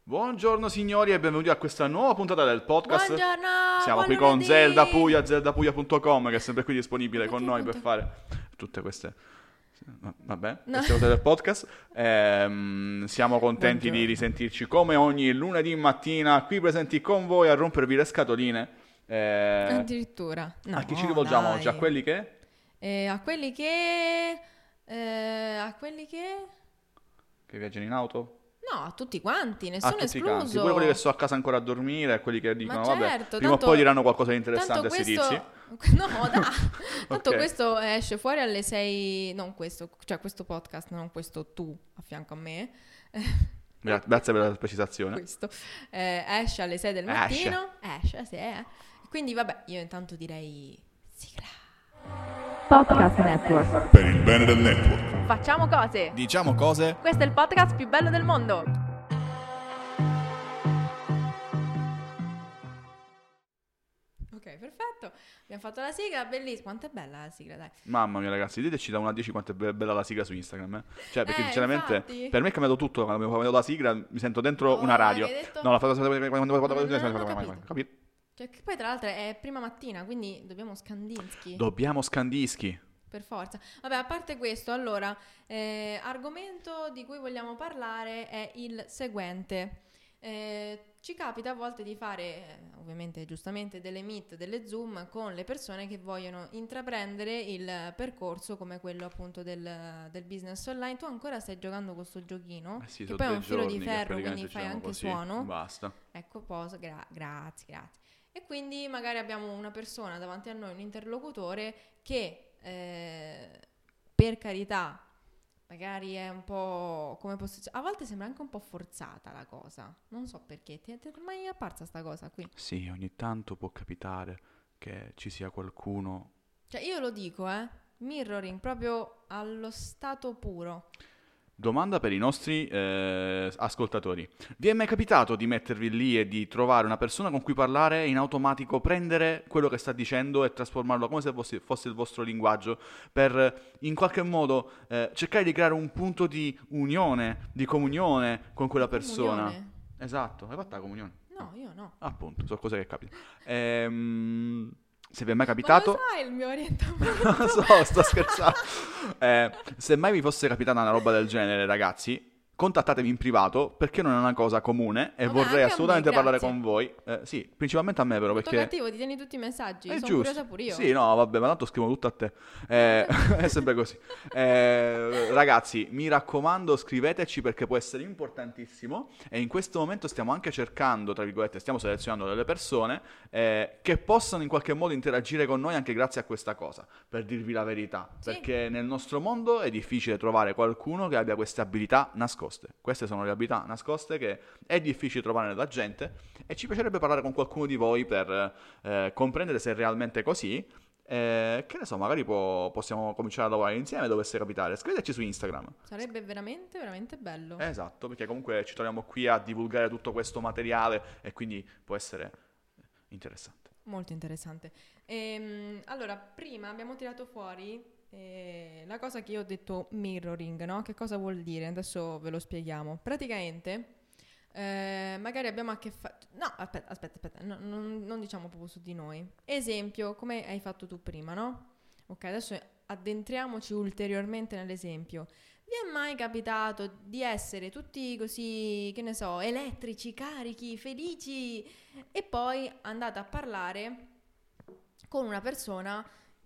Buongiorno signori e benvenuti a questa nuova puntata del podcast. Buongiorno. Siamo qui con Zelda Puglia, zeldapuglia.com, che è sempre qui disponibile con noi per fare tutte queste... Vabbè, No. queste cose del podcast. Siamo contenti di risentirci come ogni lunedì mattina qui presenti con voi a rompervi le scatoline. Addirittura. No, A chi ci rivolgiamo dai. oggi? A quelli che... A quelli che... a quelli che... Che viaggiano in auto? No, a tutti quanti, A nessuno tutti quanti, escluso. pure quelli che sono a casa ancora a dormire e quelli che dicono Ma vabbè, certo, prima o poi diranno qualcosa di interessante a sti tizi. No, dai. Tanto Ok. questo esce fuori alle 6... Non questo, cioè questo podcast, non questo tu a fianco a me. Grazie per la precisazione. Questo. Esce alle 6 del mattino. Esce, sì. Quindi vabbè, io intanto direi sigla. Podcast Network. Per il bene del network. Facciamo cose. Diciamo cose. Questo è il podcast più bello del mondo. Ok, perfetto. Abbiamo fatto la sigla, bellissima. Quanto è bella la sigla, dai. Mamma mia ragazzi, diteci da 1 a 10 quanto è bella la sigla su Instagram, eh. Cioè, perché sinceramente infatti. per me è cambiato tutto. Quando abbiamo fatto la sigla mi sento dentro una radio. che hai detto? No, la fatto... Non ho capito. Capito? Cioè, che poi tra l'altro è prima mattina, quindi dobbiamo Skandinsky. Dobbiamo Scandischi. Per forza. Vabbè, a parte questo, allora, argomento di cui vogliamo parlare è il seguente. Ci capita a volte di fare, ovviamente giustamente, delle meet, delle Zoom con le persone che vogliono intraprendere il percorso come quello appunto del business online. Tu ancora stai giocando con questo giochino? Sì, che sono poi è 2 un filo di giorni che ferro, praticamente quindi fai giriamo anche così. suono. Basta. Ecco, grazie. E quindi magari abbiamo una persona davanti a noi, un interlocutore che, per carità, magari è un po', come posso dire, a volte sembra anche un po' forzata la cosa. Non so perché, ti è mai apparsa sta cosa qui? Sì, ogni tanto può capitare che ci sia qualcuno... Cioè io lo dico, mirroring proprio allo stato puro. Domanda per i nostri ascoltatori. Vi è mai capitato di mettervi lì e di trovare una persona con cui parlare e in automatico prendere quello che sta dicendo e trasformarlo come se fosse il vostro linguaggio per in qualche modo cercare di creare un punto di unione, di comunione con quella persona? Comunione? Esatto, hai fatto la comunione? No, io no. Appunto, sono cose che capitano. Se vi è mai capitato... Ma lo sai il mio orientamento? Non lo so, sto scherzando. Se mai vi fosse capitata una roba del genere, ragazzi, contattatemi in privato perché non è una cosa comune e Vabbè, vorrei anche a me, assolutamente parlare grazie. con voi. Sì, principalmente a me però Tutto perché... cattivo, ti tieni tutti i messaggi. È Sono giusto. curiosa pure io. Sì, no, vabbè, ma tanto scrivo tutto a te. È sempre così. Ragazzi, mi raccomando, scriveteci perché può essere importantissimo. E in questo momento stiamo anche cercando, tra virgolette, stiamo selezionando delle persone che possano in qualche modo interagire con noi anche grazie a questa cosa, per dirvi la verità. Sì. Perché nel nostro mondo è difficile trovare qualcuno che abbia queste abilità nascoste. Queste sono le abilità nascoste che è difficile trovare nella gente e ci piacerebbe parlare con qualcuno di voi per comprendere se è realmente così. Che ne so, magari possiamo cominciare a lavorare insieme, dovesse capitare. Scriveteci su Instagram. Sarebbe veramente, veramente bello. Esatto, perché comunque ci troviamo qui a divulgare tutto questo materiale e quindi può essere interessante. Molto interessante. Allora, prima abbiamo tirato fuori la cosa che io ho detto mirroring, no? Che cosa vuol dire? Adesso ve lo spieghiamo. Praticamente, magari abbiamo a che fare... No, aspetta, non diciamo proprio su di noi. Esempio, come hai fatto tu prima, no? Ok, adesso addentriamoci ulteriormente nell'esempio. Vi è mai capitato di essere tutti così, che ne so, elettrici, carichi, felici e poi andate a parlare con una persona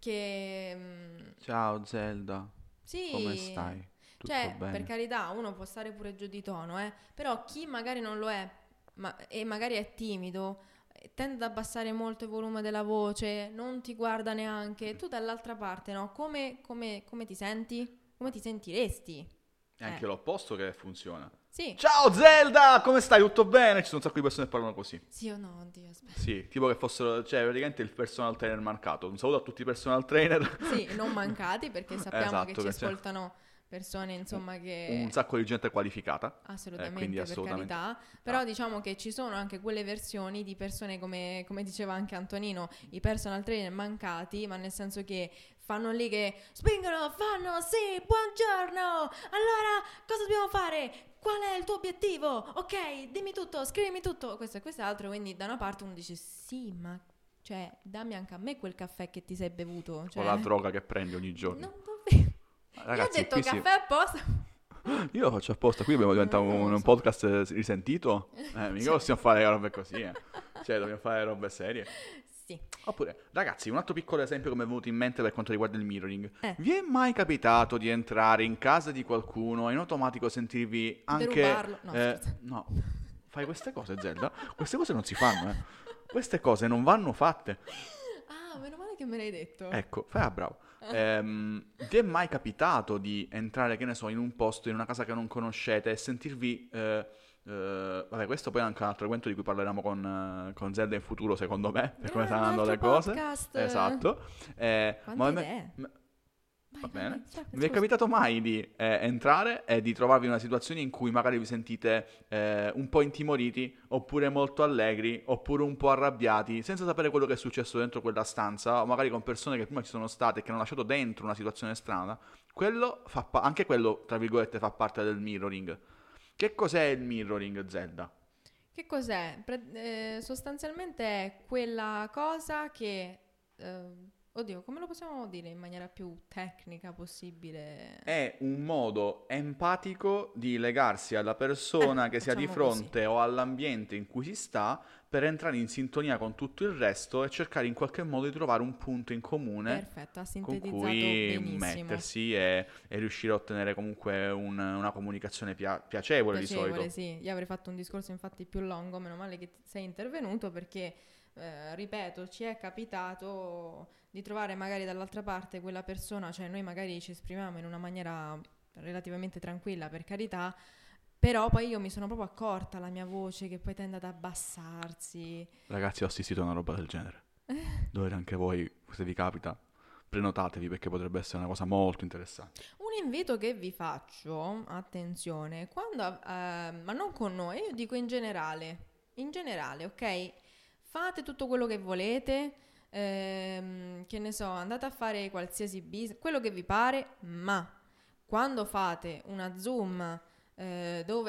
che... Ciao Zelda, sì, come stai? Tutto cioè, bene? per carità, uno può stare pure giù di tono, però chi magari non lo è e magari è timido, tende ad abbassare molto il volume della voce, non ti guarda neanche, tu dall'altra parte, no? Come ti senti? Come ti sentiresti? È anche l'opposto che funziona. Sì. Ciao Zelda, come stai? Tutto bene? Ci sono un sacco di persone che parlano così. Sì o no? Oddio, aspetta. Sì, tipo che fossero, cioè praticamente il personal trainer marcato. Un saluto a tutti i personal trainer. Sì, non mancati perché sappiamo Esatto, che ci che c'è ascoltano persone, insomma, che... Un sacco di gente qualificata. Assolutamente, quindi per assolutamente. carità. Però diciamo che ci sono anche quelle versioni di persone come diceva anche Antonino, i personal trainer mancati, ma nel senso che fanno lì che spingono, fanno sì, buongiorno, allora cosa dobbiamo fare? qual è il tuo obiettivo? Ok, dimmi tutto, scrivimi tutto, questo e quest'altro. Quindi da una parte uno dice sì, ma cioè dammi anche a me quel caffè che ti sei bevuto, O cioè la droga che prendi ogni giorno. non dovevo. Io ho Ragazzi, detto qui caffè apposta. io lo faccio apposta, qui dobbiamo diventare Non lo un so. podcast risentito. Mica possiamo fare robe così, Cioè, dobbiamo fare robe serie. Sì. Oppure, ragazzi, un altro piccolo esempio che mi è venuto in mente per quanto riguarda il mirroring. Eh. Vi è mai capitato di entrare in casa di qualcuno e in automatico sentirvi anche... Derubarlo? No, scherzo. no, fai queste cose, Zelda? Queste cose non si fanno, Queste cose non vanno fatte. Ah, meno male che me l'hai detto. Ecco, fai bravo. Vi è mai capitato di entrare, che ne so, in un posto, in una casa che non conoscete e sentirvi... vabbè, questo poi è anche un altro argomento di cui parleremo con Zelda in futuro, secondo me, per come stanno un andando le altro cose. podcast. Esatto. Quante idee. Va Vai, bene. vai, Vi è capitato mai di entrare e di trovarvi in una situazione in cui magari vi sentite un po' intimoriti, oppure molto allegri, oppure un po' arrabbiati, senza sapere quello che è successo dentro quella stanza, o magari con persone che prima ci sono state e che hanno lasciato dentro una situazione strana? Quello anche quello, tra virgolette, fa parte del mirroring. Che cos'è il mirroring, Zelda? Che cos'è? Sostanzialmente è quella cosa che... oddio, come lo possiamo dire in maniera più tecnica possibile? È un modo empatico di legarsi alla persona che sia di facciamo fronte o all'ambiente in cui si sta per entrare in sintonia con tutto il resto e cercare in qualche modo di trovare un punto in comune Perfetto, ha con sintetizzato cui benissimo. mettersi e riuscire a ottenere comunque una comunicazione piacevole di Piacevole, solito. sì. Io avrei fatto un discorso infatti più lungo, meno male che sei intervenuto perché, ripeto, ci è capitato di trovare magari dall'altra parte quella persona, cioè noi magari ci esprimiamo in una maniera relativamente tranquilla, per carità, però poi io mi sono proprio accorta la mia voce che poi tende ad abbassarsi. Ragazzi, ho assistito a una roba del genere. Dovete anche voi, se vi capita, prenotatevi perché potrebbe essere una cosa molto interessante. Un invito che vi faccio, attenzione, quando, ma non con noi, io dico in generale, ok? Fate tutto quello che volete, che ne so, andate a fare qualsiasi business, quello che vi pare, ma quando fate una Zoom dove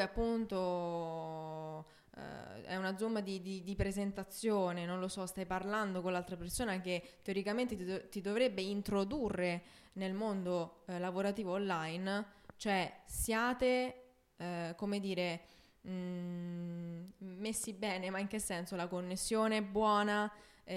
appunto è una Zoom di presentazione, non lo so, stai parlando con l'altra persona che teoricamente ti dovrebbe introdurre nel mondo lavorativo online, cioè siate, come dire, messi bene, ma in che senso? La connessione è buona.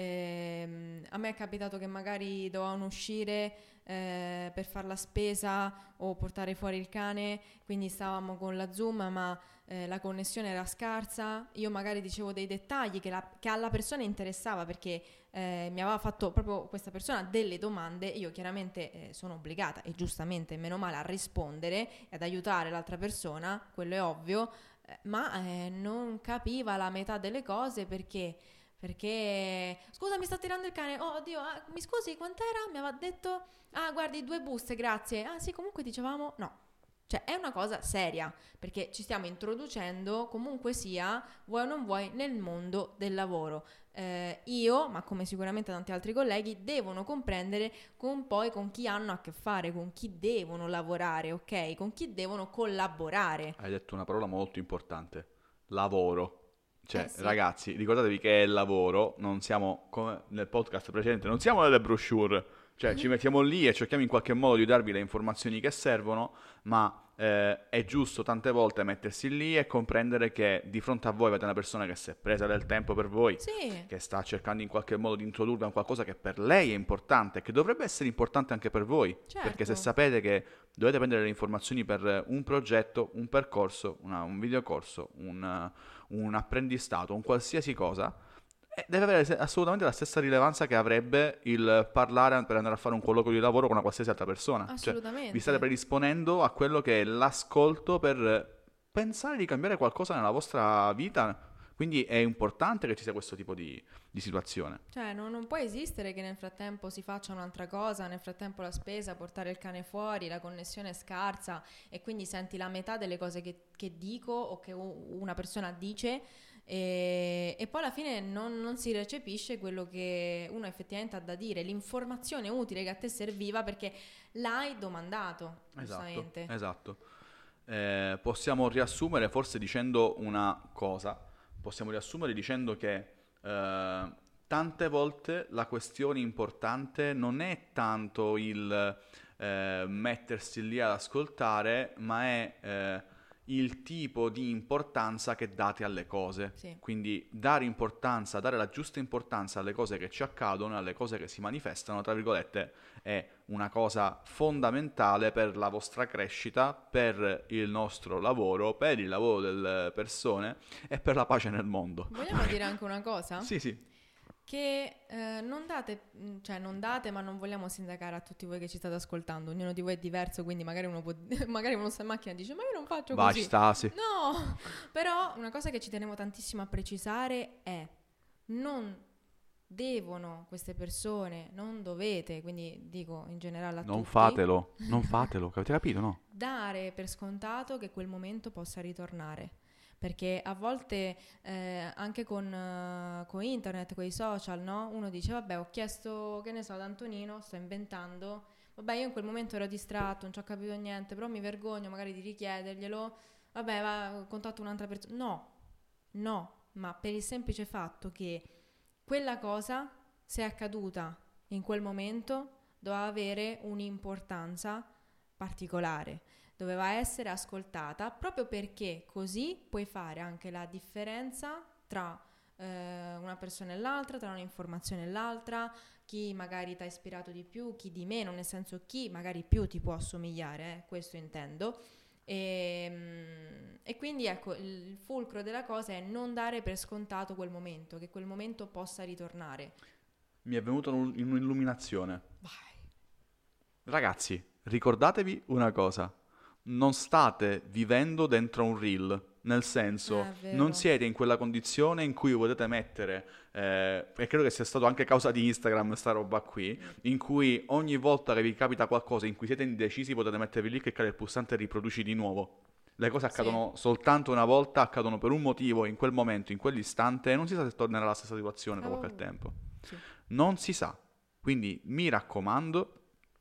A me è capitato che magari dovevano uscire per fare la spesa o portare fuori il cane, quindi stavamo con la Zoom, ma la connessione era scarsa. Io magari dicevo dei dettagli che alla persona interessava, perché mi aveva fatto proprio questa persona delle domande. Io chiaramente sono obbligata, e giustamente meno male, a rispondere e ad aiutare l'altra persona, quello è ovvio, ma non capiva la metà delle cose perché scusa, mi sta tirando il cane, oh oddio, mi scusi, quant'era? Mi aveva detto, guardi, 2 buste, grazie. Sì, comunque dicevamo no. Cioè è una cosa seria, perché ci stiamo introducendo comunque sia, vuoi o non vuoi, nel mondo del lavoro. Io, ma come sicuramente tanti altri colleghi, devono comprendere con chi hanno a che fare, con chi devono lavorare, ok? Con chi devono collaborare. Hai detto una parola molto importante, lavoro. Cioè, Sì. ragazzi, ricordatevi che è il lavoro, non siamo, come nel podcast precedente, non siamo nelle brochure. Cioè, ci mettiamo lì e cerchiamo in qualche modo di darvi le informazioni che servono, ma è giusto tante volte mettersi lì e comprendere che di fronte a voi avete una persona che si è presa del tempo per voi, Sì, che sta cercando in qualche modo di introdurvi a qualcosa che per lei è importante, che dovrebbe essere importante anche per voi. certo. Perché se sapete che dovete prendere le informazioni per un progetto, un percorso, un videocorso, un apprendistato, un qualsiasi cosa, deve avere assolutamente la stessa rilevanza che avrebbe il parlare per andare a fare un colloquio di lavoro con una qualsiasi altra persona. Cioè, Assolutamente. vi state predisponendo a quello che è l'ascolto per pensare di cambiare qualcosa nella vostra vita. Quindi è importante che ci sia questo tipo di situazione. Cioè, non può esistere che nel frattempo si faccia un'altra cosa, nel frattempo la spesa, portare il cane fuori, la connessione è scarsa e quindi senti la metà delle cose che dico o che una persona dice e poi alla fine non si recepisce quello che uno effettivamente ha da dire, l'informazione utile che a te serviva perché l'hai domandato, giustamente. Esatto. possiamo riassumere forse dicendo una cosa. Possiamo riassumere dicendo che tante volte la questione importante non è tanto il mettersi lì ad ascoltare, ma è il tipo di importanza che date alle cose. Sì. Quindi dare importanza, dare la giusta importanza alle cose che ci accadono, alle cose che si manifestano, tra virgolette, è una cosa fondamentale per la vostra crescita, per il nostro lavoro, per il lavoro delle persone e per la pace nel mondo. Vogliamo dire anche una cosa? Sì, sì. Che non date, ma non vogliamo sindacare a tutti voi che ci state ascoltando. Ognuno di voi è diverso, quindi magari magari uno sta in macchina e dice ma io non faccio Vai, così. Stasi. No, però una cosa che ci tenevo tantissimo a precisare è non devono queste persone, non dovete, quindi dico in generale a Non tutti, fatelo, avete capito, no? dare per scontato che quel momento possa ritornare. Perché a volte anche con internet, con i social, no? Uno dice vabbè, ho chiesto, che ne so, ad Antonino, sto inventando, vabbè, io in quel momento ero distratto, non ci ho capito niente, però mi vergogno magari di richiederglielo, vabbè, contatto un'altra persona. No, ma per il semplice fatto che quella cosa, se è accaduta in quel momento, doveva avere un'importanza particolare. Doveva essere ascoltata proprio perché così puoi fare anche la differenza tra una persona e l'altra, tra un'informazione e l'altra, chi magari ti ha ispirato di più, chi di meno, nel senso chi magari più ti può assomigliare, questo intendo. E quindi ecco, il fulcro della cosa è non dare per scontato quel momento, che quel momento possa ritornare. Mi è venuta un'illuminazione. Vai. Ragazzi, ricordatevi una cosa. Non state vivendo dentro un reel, nel senso, vero. non siete in quella condizione in cui potete mettere, e credo che sia stato anche causa di Instagram sta roba qui, in cui ogni volta che vi capita qualcosa in cui siete indecisi potete mettervi lì, cliccare il pulsante e riproduci di nuovo. Le cose accadono soltanto una volta, accadono per un motivo, in quel momento, in quell'istante, e non si sa se tornerà la stessa situazione dopo quel tempo. Sì. Non si sa. Quindi mi raccomando,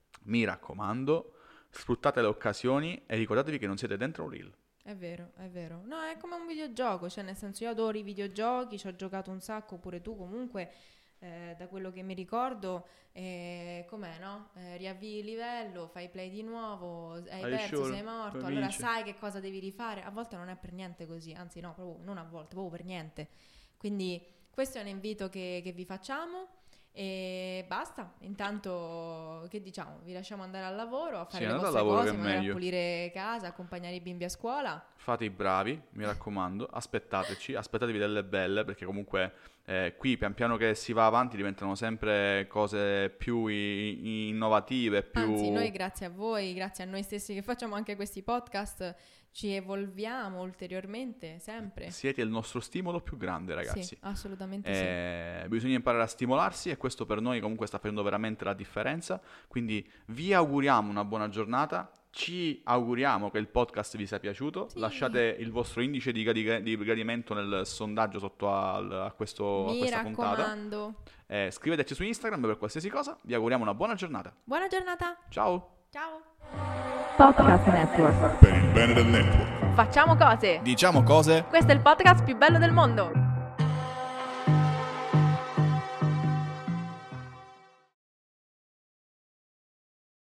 sfruttate le occasioni e ricordatevi che non siete dentro un reel. È vero, è vero. No, è come un videogioco, cioè nel senso io adoro i videogiochi, ci ho giocato un sacco, pure tu comunque, da quello che mi ricordo, com'è, no? Riavvii il livello, fai play di nuovo, hai perso, sure? sei morto, Poi allora vinci. sai che cosa devi rifare. A volte non è per niente così, anzi no, proprio non a volte, proprio per niente. Quindi questo è un invito che vi facciamo. E basta, intanto che diciamo, vi lasciamo andare al lavoro, a fare le andate al vostre lavoro cose, che è magari a meglio. pulire casa, accompagnare i bimbi a scuola. Fate i bravi, mi raccomando, aspettatevi delle belle, perché comunque qui pian piano che si va avanti diventano sempre cose più innovative, più... Anzi, noi grazie a voi, grazie a noi stessi che facciamo anche questi podcast, ci evolviamo ulteriormente, sempre. Siete il nostro stimolo più grande, ragazzi. Sì, assolutamente sì. Bisogna imparare a stimolarsi e questo per noi comunque sta facendo veramente la differenza. Quindi vi auguriamo una buona giornata. Ci auguriamo che il podcast vi sia piaciuto. Sì. Lasciate il vostro indice di gradimento nel sondaggio sotto a questa Mi puntata. raccomando. Scriveteci su Instagram per qualsiasi cosa. Vi auguriamo una buona giornata. Buona giornata. Ciao. Ciao. Podcast Network. Per il bene del network. Facciamo cose. Diciamo cose. Questo è il podcast più bello del mondo.